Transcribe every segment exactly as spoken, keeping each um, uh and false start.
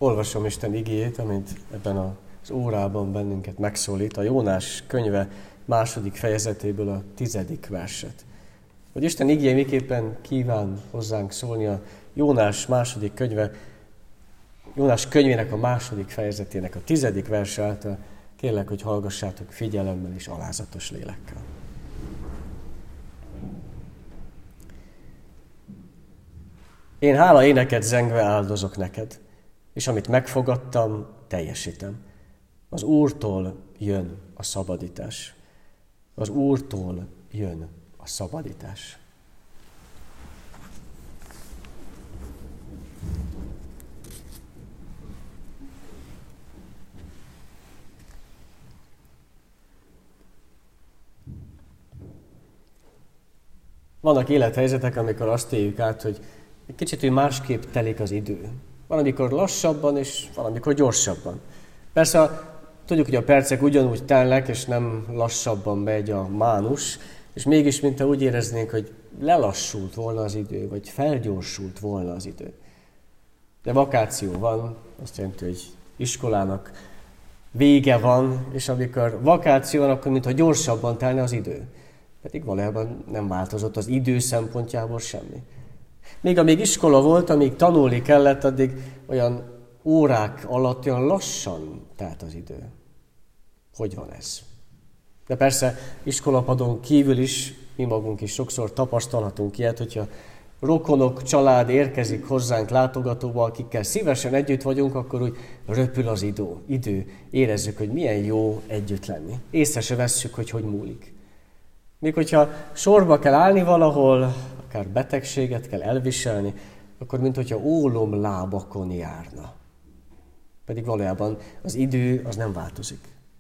Olvasom Isten igéjét, amint ebben az órában bennünket megszólít, a Jónás könyve második fejezetéből a tizedik verset. Hogy Isten igéje miképpen kíván hozzánk szólni a Jónás második könyve, Jónás könyvének a második fejezetének a tizedik verse által, kérlek, hogy hallgassátok figyelemmel és alázatos lélekkel. Én hála éneket zengve áldozok neked, és amit megfogadtam, teljesítem. Az Úrtól jön a szabadítás. Az Úrtól jön a szabadítás. Vannak élethelyzetek, amikor azt éljük át, hogy egy kicsit hogy másképp telik az idő. Van, amikor lassabban, és van, amikor gyorsabban. Persze tudjuk, hogy a percek ugyanúgy telnek, és nem lassabban megy a mánus, és mégis, mintha úgy éreznénk, hogy lelassult volna az idő, vagy felgyorsult volna az idő. De vakáció van, azt jelenti, hogy iskolának vége van, és amikor vakáció van, akkor mintha gyorsabban telne az idő. Pedig valójában nem változott az idő szempontjából semmi. Még amíg iskola volt, amíg tanulni kellett, addig olyan órák alatt olyan lassan telt az idő. Hogy van ez? De persze iskolapadon kívül is, mi magunk is sokszor tapasztalhatunk ilyet, hogyha rokonok, család érkezik hozzánk látogatóba, akikkel szívesen együtt vagyunk, akkor úgy röpül az idő. idő. Érezzük, hogy milyen jó együtt lenni. Észre se vesszük, hogy hogy múlik. Még hogyha sorba kell állni valahol, akár betegséget kell elviselni, akkor mint hogyha ólom lábakon járna. Pedig valójában az idő az nem változik.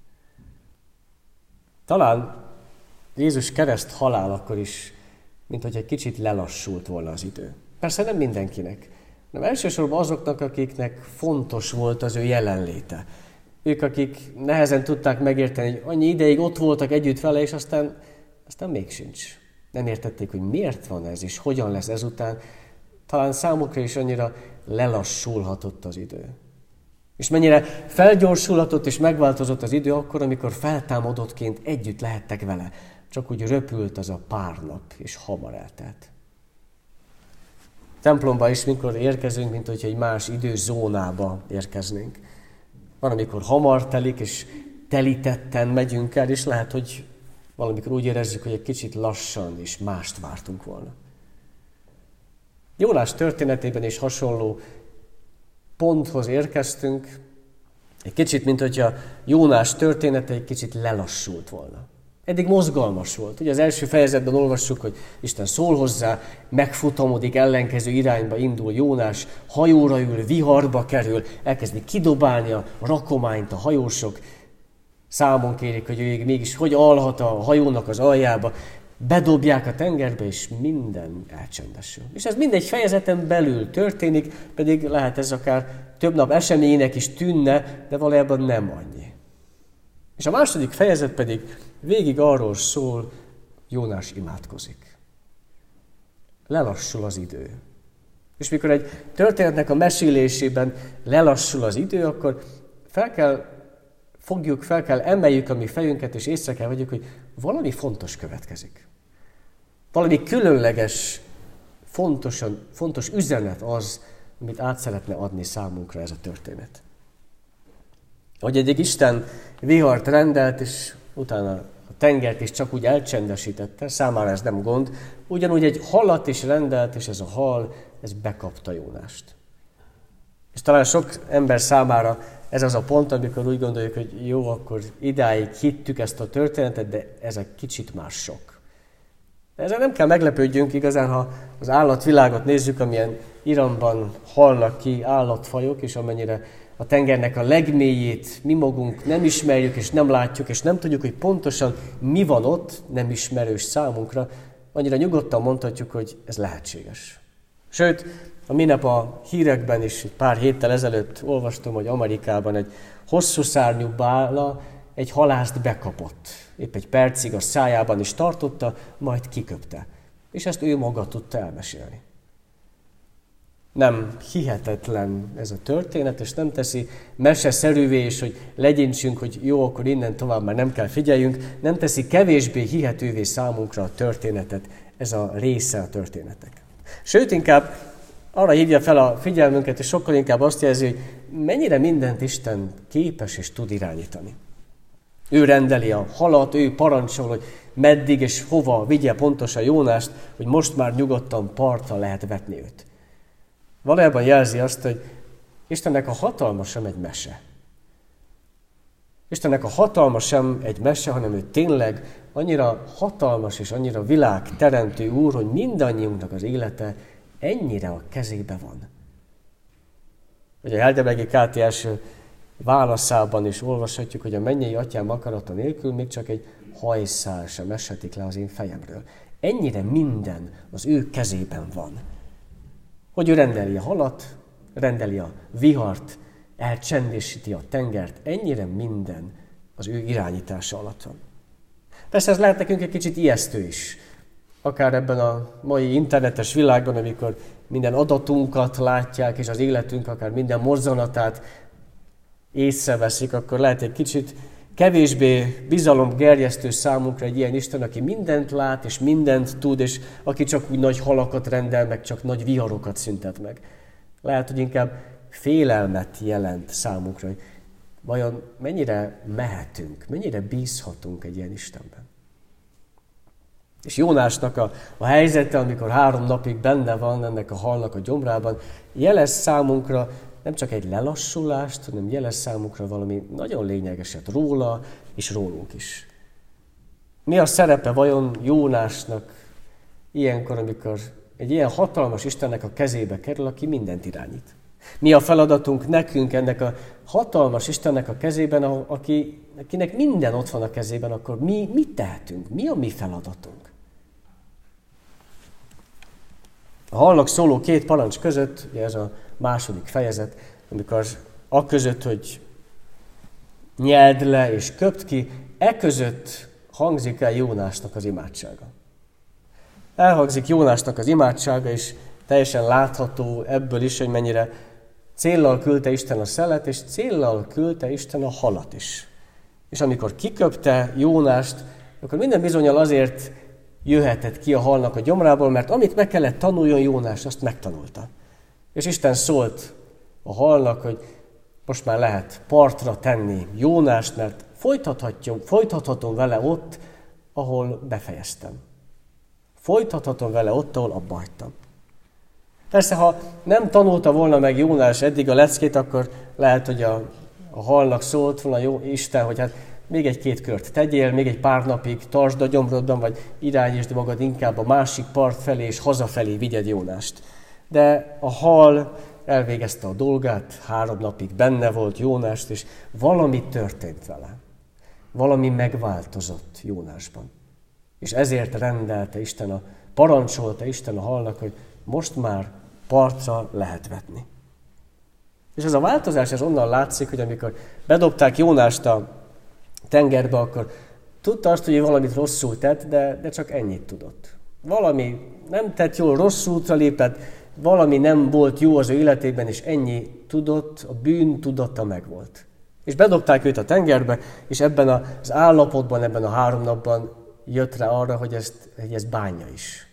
Talán Jézus kereszt halálakor is, mint hogy egy kicsit lelassult volna az idő. Persze nem mindenkinek, hanem elsősorban azoknak, akiknek fontos volt az ő jelenléte. Ők, akik nehezen tudták megérteni, hogy annyi ideig ott voltak együtt vele, és aztán, aztán még sincs. Nem értették, hogy miért van ez, és hogyan lesz ezután. Talán számukra is annyira lelassulhatott az idő. És mennyire felgyorsulhatott és megváltozott az idő akkor, amikor feltámadottként együtt lehettek vele. Csak úgy röpült az a pár nap, és hamar eltelt. Templomba is, mikor érkezünk, mint hogyha egy más időzónába érkeznénk. Van, amikor hamar telik, és telítetten megyünk el, és lehet, hogy valamikor úgy érezzük, hogy egy kicsit lassan és mást vártunk volna. Jónás történetében is hasonló ponthoz érkeztünk, egy kicsit, mint hogyha Jónás története egy kicsit lelassult volna. Eddig mozgalmas volt. Ugye az első fejezetben olvassuk, hogy Isten szól hozzá, megfutamodik, ellenkező irányba indul Jónás, hajóra ül, viharba kerül, elkezdi kidobálni a rakományt a hajósok, számon kérik, hogy ő mégis hogy alhat a hajónak az aljába, bedobják a tengerbe, és minden elcsendesül. És ez mindegy fejezeten belül történik, pedig lehet ez akár több nap eseménynek is tűnne, de valójában nem annyi. És a második fejezet pedig végig arról szól, Jónás imádkozik. Lelassul az idő. És mikor egy történetnek a mesélésében lelassul az idő, akkor fel kell fogjuk, fel kell emeljük a mi fejünket, és észre kell vegyük, hogy valami fontos következik. Valami különleges, fontosan, fontos üzenet az, amit át szeretne adni számunkra ez a történet. Hogy egyik Isten vihart rendelt, és utána a tengert is csak úgy elcsendesítette, számára ez nem gond, ugyanúgy egy halat is rendelt, és ez a hal, ez bekapta Jónást. És talán sok ember számára ez az a pont, amikor úgy gondoljuk, hogy jó, akkor idáig hittük ezt a történetet, de ez egy kicsit már sok. De ezzel nem kell meglepődjünk igazán, ha az állatvilágot nézzük, amilyen iramban halnak ki állatfajok, és amennyire a tengernek a legmélyét mi magunk nem ismerjük, és nem látjuk, és nem tudjuk, hogy pontosan mi van ott, nem ismerős számunkra, annyira nyugodtan mondhatjuk, hogy ez lehetséges. Sőt, a minap a hírekben is pár héttel ezelőtt olvastam, hogy Amerikában egy hosszú szárnyú bála egy halászt bekapott. Épp egy percig a szájában is tartotta, majd kiköpte. És ezt ő maga tudta elmesélni. Nem hihetetlen ez a történet, és nem teszi meseszerűvé, és hogy legyintsünk, hogy jó, akkor innen tovább már nem kell figyeljünk, nem teszi kevésbé hihetővé számunkra a történetet, ez a része a történetek. Sőt, inkább arra hívja fel a figyelmünket, és sokkal inkább azt jelzi, hogy mennyire mindent Isten képes és tud irányítani. Ő rendeli a halat, ő parancsol, hogy meddig és hova vigye pontosan Jónást, hogy most már nyugodtan partra lehet vetni őt. Valójában jelzi azt, hogy Istennek a hatalma sem egy mese. Istennek a hatalma sem egy mese, hanem ő tényleg annyira hatalmas és annyira világteremtő Úr, hogy mindannyiunknak az élete ennyire a kezébe van. Ugye a Heidelbergi ká té első válaszában is olvashatjuk, hogy a mennyei atyám akarata nélkül még csak egy hajszál sem eshetik le az én fejemről. Ennyire minden az ő kezében van. Hogy ő rendeli a halat, rendeli a vihart, elcsendésíti a tengert, ennyire minden az ő irányítása alatt van. Persze ez lehet nekünk egy kicsit ijesztő is. Akár ebben a mai internetes világban, amikor minden adatunkat látják, és az életünk akár minden mozzanatát észreveszik, akkor lehet egy kicsit kevésbé bizalomgerjesztő számunkra egy ilyen Isten, aki mindent lát, és mindent tud, és aki csak úgy nagy halakat rendel, meg csak nagy viharokat szüntet meg. Lehet, hogy inkább félelmet jelent számunkra, hogy vajon mennyire mehetünk, mennyire bízhatunk egy ilyen Istenben. És Jónásnak a, a helyzete, amikor három napig benne van ennek a halnak a gyomrában, jelez számunkra nem csak egy lelassulást, hanem jelez számunkra valami nagyon lényegeset róla és rólunk is. Mi a szerepe vajon Jónásnak ilyenkor, amikor egy ilyen hatalmas Istennek a kezébe kerül, aki mindent irányít? Mi a feladatunk nekünk ennek a hatalmas Istennek a kezében, aki, akinek minden ott van a kezében, akkor mi mit tehetünk? Mi a mi feladatunk? A halnak szóló két parancs között, ugye ez a második fejezet, amikor a között, hogy nyeld le és köpt ki, e között hangzik el Jónásnak az imádsága. Elhangzik Jónásnak az imádsága, és teljesen látható ebből is, hogy mennyire céllal küldte Isten a szelet, és céllal küldte Isten a halat is. És amikor kiköpte Jónást, akkor minden bizonnyal azért jöhetett ki a halnak a gyomrából, mert amit meg kellett tanuljon Jónás, azt megtanulta. És Isten szólt a halnak, hogy most már lehet partra tenni Jónást, mert folytathatom vele ott, ahol befejeztem. Folytathatom vele ott, ahol abba hagytam. Persze, ha nem tanulta volna meg Jónás eddig a leckét, akkor lehet, hogy a, a halnak szólt volna jó Isten, hogy hát még egy-két kört tegyél, még egy pár napig tartsd a gyomrodban, vagy irányítsd magad inkább a másik part felé, és hazafelé vigyed Jónást. De a hal elvégezte a dolgát, három napig benne volt Jónást, és valami történt vele. Valami megváltozott Jónásban. És ezért rendelte Isten, a, parancsolta Isten a halnak, hogy most már partra lehet vetni. És ez a változás, ez onnan látszik, hogy amikor bedobták Jónást a tengerbe, akkor tudta azt, hogy valamit rosszul tett, de, de csak ennyit tudott. Valami nem tett jól, rossz útra lépett, valami nem volt jó az ő életében, és ennyi tudott, a bűn tudata megvolt. És bedobták őt a tengerbe, és ebben az állapotban, ebben a három napban jött rá arra, hogy ezt, hogy ezt bánja is.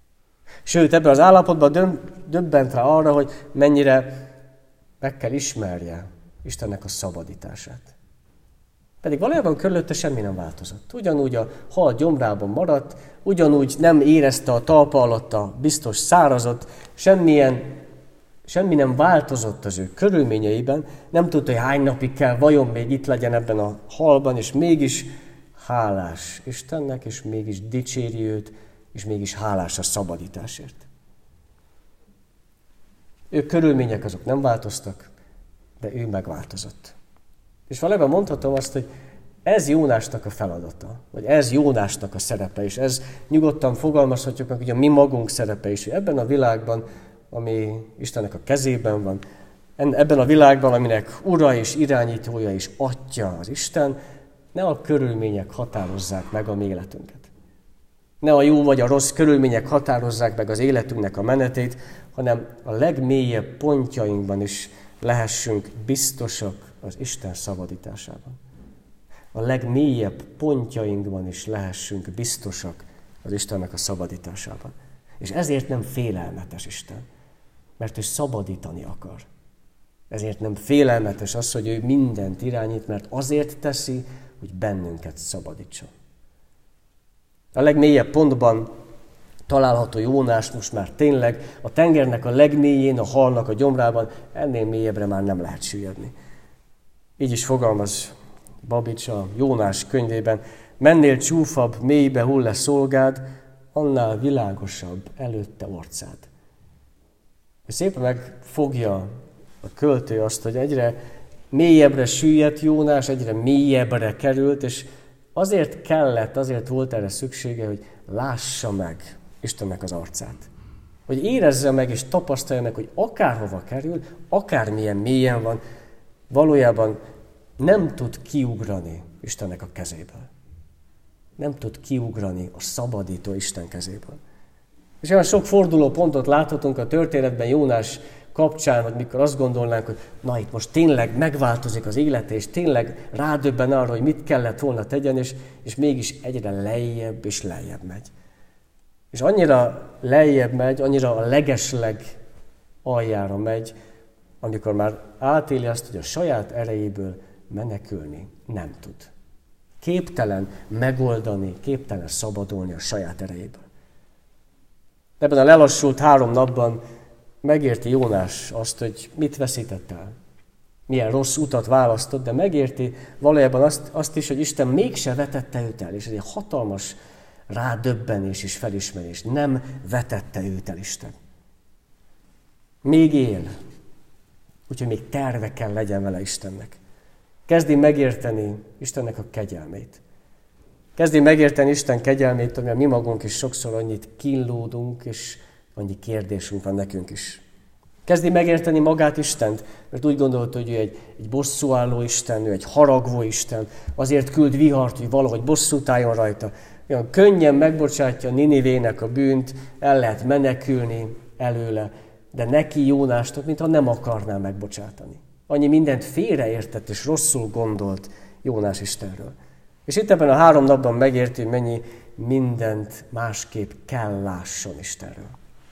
Sőt, ebben az állapotban döbbent rá arra, hogy mennyire meg kell ismerje Istennek a szabadítását. Pedig valójában körülötte semmi nem változott. Ugyanúgy a hal gyomrában maradt, ugyanúgy nem érezte a talpa alatt a biztos szárazot, semmilyen, semmi nem változott az ő körülményeiben, nem tudta, hogy hány napig kell vajon még itt legyen ebben a halban, és mégis hálás Istennek, és mégis dicséri őt, és mégis hálás a szabadításért. Ő körülmények azok nem változtak, de ő megváltozott. És valójában mondhatom azt, hogy ez Jónásnak a feladata, vagy ez Jónásnak a szerepe, és ez nyugodtan fogalmazhatjuk meg, hogy a mi magunk szerepe is, hogy ebben a világban, ami Istennek a kezében van, ebben a világban, aminek ura és irányítója és atya az Isten, ne a körülmények határozzák meg a mi életünket. Ne a jó vagy a rossz körülmények határozzák meg az életünknek a menetét, hanem a legmélyebb pontjainkban is lehessünk biztosak az Isten szabadításában. A legmélyebb pontjainkban is lehessünk biztosak az Istennek a szabadításában. És ezért nem félelmetes Isten, mert ő szabadítani akar. Ezért nem félelmetes az, hogy ő mindent irányít, mert azért teszi, hogy bennünket szabadítson. A legmélyebb pontban található Jónás most már tényleg a tengernek a legmélyén, a halnak a gyomrában, ennél mélyebbre már nem lehet süllyedni. Így is fogalmaz Babics a Jónás könyvében, mennél csúfabb, mélybe hull-e szolgád, annál világosabb előtte orcád. És szépen megfogja a költő azt, hogy egyre mélyebbre süllyedt Jónás, egyre mélyebbre került, és azért kellett, azért volt erre szüksége, hogy lássa meg Istennek az arcát. Hogy érezze meg és tapasztalja meg, hogy akárhova kerül, akármilyen mélyen van, valójában nem tud kiugrani Istennek a kezéből. Nem tud kiugrani a szabadító Isten kezéből. És olyan sok forduló pontot láthatunk a történetben Jónás kapcsán, hogy mikor azt gondolnánk, hogy na itt most tényleg megváltozik az élete, és tényleg rádöbben arra, hogy mit kellett volna tegyen, és, és mégis egyre lejjebb és lejjebb megy. És annyira lejjebb megy, annyira a legesleg aljára megy, amikor már átéli azt, hogy a saját erejéből menekülni nem tud. Képtelen megoldani, képtelen szabadulni a saját erejéből. Ebben a lelassult három napban megérti Jónás azt, hogy mit veszített el. Milyen rossz utat választott, de megérti valójában azt, azt is, hogy Isten mégse vetette őt el. És ez egy hatalmas rádöbbenés és felismerés. Nem vetette őt el Isten. Még él. Úgyhogy még terve kell legyen vele Istennek. Kezdi megérteni Istennek a kegyelmét. Kezdi megérteni Isten kegyelmét, amivel mi magunk is sokszor annyit kínlódunk, és annyi kérdésünk van nekünk is. Kezdi megérteni magát Istent, mert úgy gondolta, hogy ő egy, egy bosszúálló Isten, ő egy haragvó Isten, azért küld vihart, hogy valahogy bosszút álljon rajta. Olyan könnyen megbocsátja Ninivének a bűnt, el lehet menekülni előle, de neki Jónásnak, mintha nem akarná megbocsátani. Annyi mindent félreértett és rosszul gondolt Jónás Istenről. És itt ebben a három napban megérti, hogy mennyi mindent másképp kell lásson Istenről.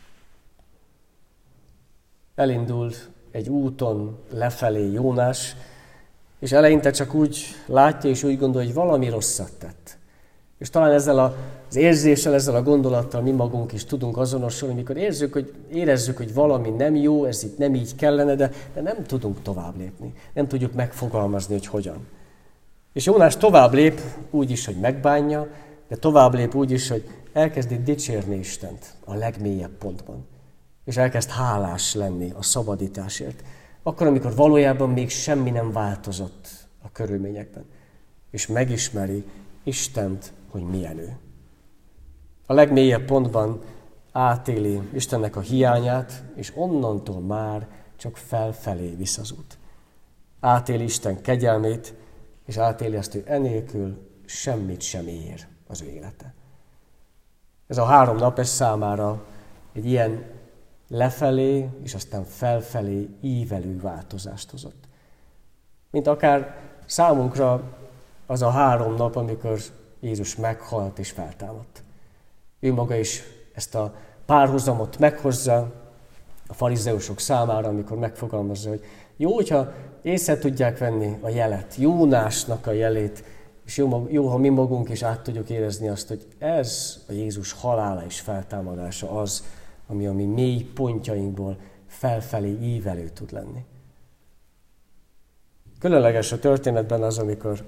Elindul egy úton lefelé Jónás, és eleinte csak úgy látja és úgy gondolja, hogy valami rosszat tett. És talán ezzel az érzéssel, ezzel a gondolattal mi magunk is tudunk azonosulni, mikor érzük, hogy, érezzük, hogy valami nem jó, ez itt nem így kellene, de, de nem tudunk tovább lépni. Nem tudjuk megfogalmazni, hogy hogyan. És Jónás tovább lép úgy is, hogy megbánja, de tovább lép úgy is, hogy elkezdi dicsérni Istent a legmélyebb pontban. És elkezd hálás lenni a szabadításért. Akkor, amikor valójában még semmi nem változott a körülményekben. És megismeri Istent, hogy milyen ő. A legmélyebb pontban átéli Istennek a hiányát, és onnantól már csak felfelé visz az út. Átéli Isten kegyelmét, és átéli azt, hogy enélkül semmit sem ér az ő élete. Ez a három nap ez számára egy ilyen lefelé, és aztán felfelé ívelő változást hozott. Mint akár számunkra az a három nap, amikor Jézus meghalt és feltámadt. Ő maga is ezt a párhuzamot meghozza a farizeusok számára, amikor megfogalmazza, hogy jó, hogyha észre tudják venni a jelet, Jónásnak a jelét, és jó, jó, ha mi magunk is át tudjuk érezni azt, hogy ez a Jézus halála és feltámadása az, ami a mi mély pontjainkból felfelé ívelő tud lenni. Különleges a történetben az, amikor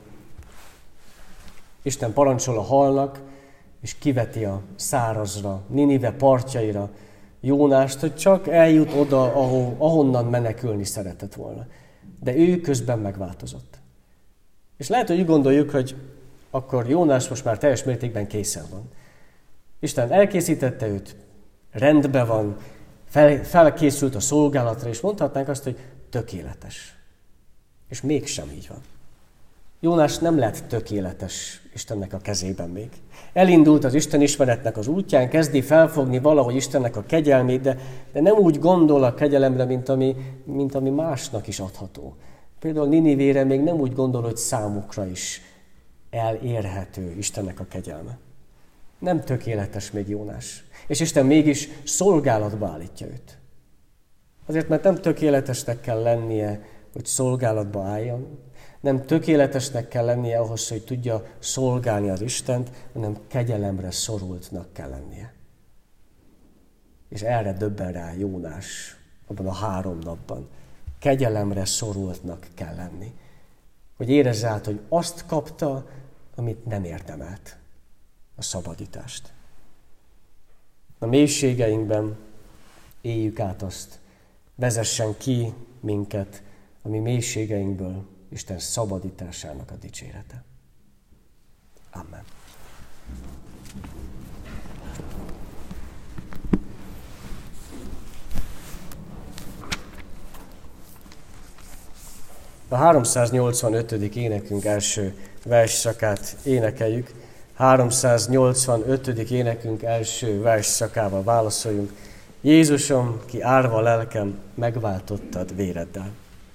Isten parancsol a halnak, és kiveti a szárazra, Ninive partjaira Jónást, hogy csak eljut oda, ahol, ahonnan menekülni szeretett volna. De ő közben megváltozott. És lehet, hogy úgy gondoljuk, hogy akkor Jónás most már teljes mértékben készen van. Isten elkészítette őt, rendben van, fel, felkészült a szolgálatra, és mondhatnánk azt, hogy tökéletes. És mégsem így van. Jónás nem lett tökéletes Istennek a kezében még. Elindult az Isten ismeretnek az útján, kezdi felfogni valahogy Istennek a kegyelmét, de, de nem úgy gondol a kegyelemre, mint ami, mint ami másnak is adható. Például Ninivére még nem úgy gondol, hogy számukra is elérhető Istennek a kegyelme. Nem tökéletes még Jónás. És Isten mégis szolgálatba állítja őt. Azért, mert nem tökéletesnek kell lennie, hogy szolgálatba álljon, nem tökéletesnek kell lennie ahhoz, hogy tudja szolgálni az Istent, hanem kegyelemre szorultnak kell lennie. És erre döbben rá Jónás abban a három napban. Kegyelemre szorultnak kell lenni. Hogy érezze át, hogy azt kapta, amit nem érdemelt. A szabadítást. A mélységeinkben éljük át azt. Vezessen ki minket a mi mélységeinkből Isten szabadításának a dicsérete. Amen. A háromszáznyolcvanötödik énekünk első versszakát énekeljük. háromszáznyolcvanötödik énekünk első versszakával válaszoljunk. Jézusom, ki árva lelkem, megváltottad véreddel.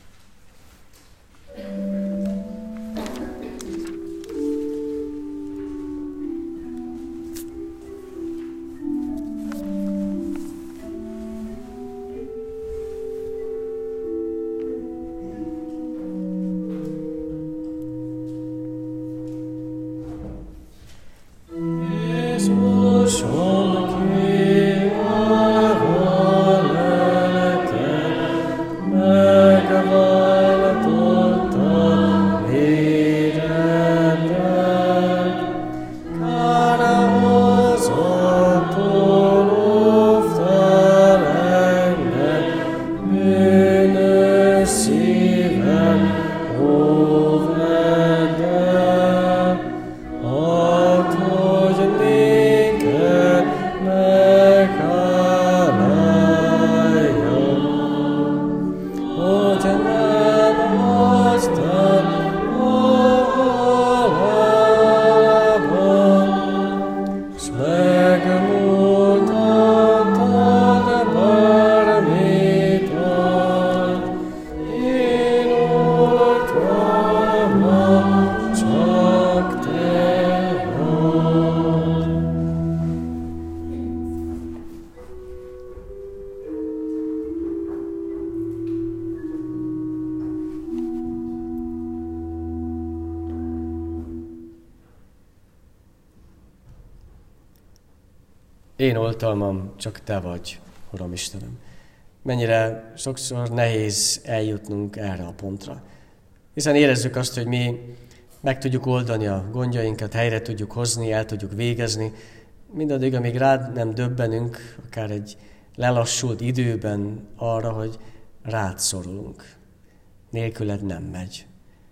Én oltalmam, csak Te vagy, Uram Istenem. Mennyire sokszor nehéz eljutnunk erre a pontra. Hiszen érezzük azt, hogy mi meg tudjuk oldani a gondjainkat, helyre tudjuk hozni, el tudjuk végezni, mindaddig, amíg rád nem döbbenünk, akár egy lelassult időben arra, hogy rád szorulunk. Nélküled nem megy.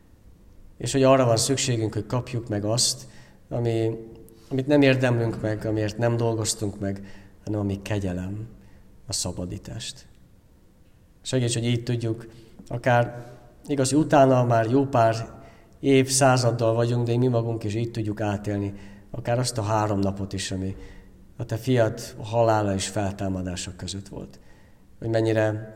És hogy arra van szükségünk, hogy kapjuk meg azt, ami, amit nem érdemlünk meg, amiért nem dolgoztunk meg, hanem ami kegyelem, a szabadítást. Segíts, hogy így tudjuk, akár igaz, hogy utána már jó pár évszázaddal vagyunk, de mi magunk is így tudjuk átélni, akár azt a három napot is, ami a Te fiad halála és feltámadása között volt. Hogy mennyire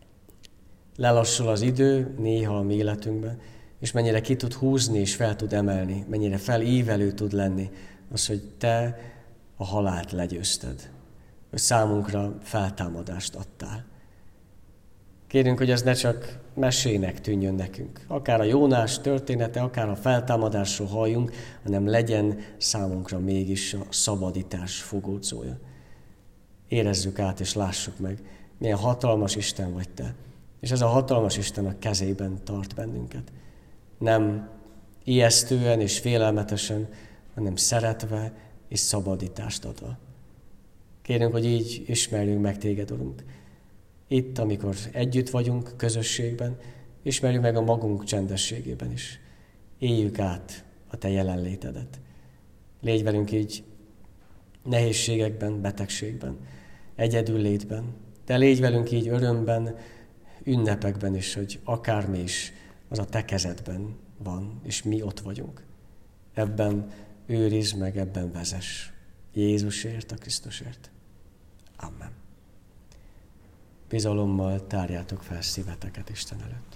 lelassul az idő néha a mi életünkben, és mennyire ki tud húzni és fel tud emelni, mennyire felívelő tud lenni az, hogy Te a halált legyőzted, hogy számunkra feltámadást adtál. Kérünk, hogy ez ne csak mesének tűnjön nekünk. Akár a Jónás története, akár a feltámadásról halljunk, hanem legyen számunkra mégis a szabadítás fogódzója. Érezzük át és lássuk meg, milyen hatalmas Isten vagy Te. És ez a hatalmas Isten a kezében tart bennünket. Nem ijesztően és félelmetesen, hanem szeretve és szabadítást adva. Kérünk, hogy így ismerjünk meg Téged, Urunk. Itt, amikor együtt vagyunk közösségben, ismerjük meg a magunk csendességében is. Éljük át a Te jelenlétedet. Légy velünk így nehézségekben, betegségben, egyedüllétben, de légy velünk így örömben, ünnepekben is, hogy akármi is az a Te kezedben van, és mi ott vagyunk. Ebben őrizd meg, ebben vezess. Jézusért, a Krisztusért. Amen. Bizalommal tárjátok fel szíveteket Isten előtt.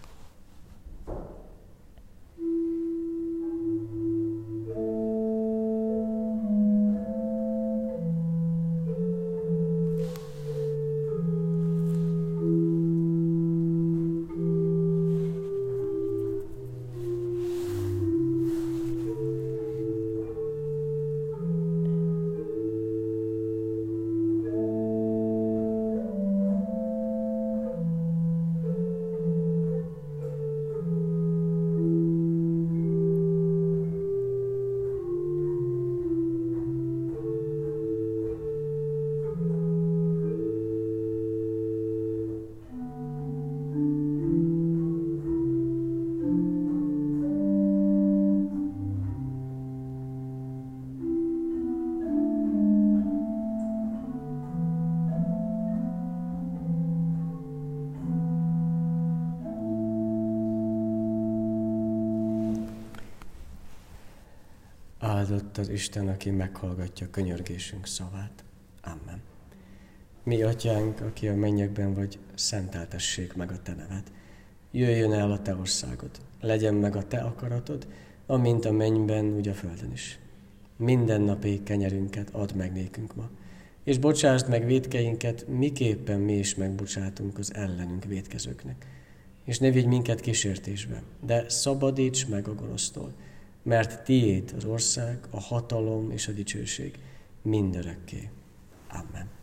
Áldott az Isten, aki meghallgatja könyörgésünk szavát. Amen. Mi atyánk, aki a mennyekben vagy, szenteltessék meg a te neved. Jöjjön el a te országod, legyen meg a te akaratod, amint a mennyben, úgy a földön is. Mindennapi kenyerünket add meg nékünk ma, és bocsásd meg vétkeinket, miképpen mi is megbocsátunk az ellenünk vétkezőknek. És ne vigy minket kísértésbe, de szabadíts meg a gonosztól, mert tiéd az ország, a hatalom és a dicsőség mindörökké. Amen.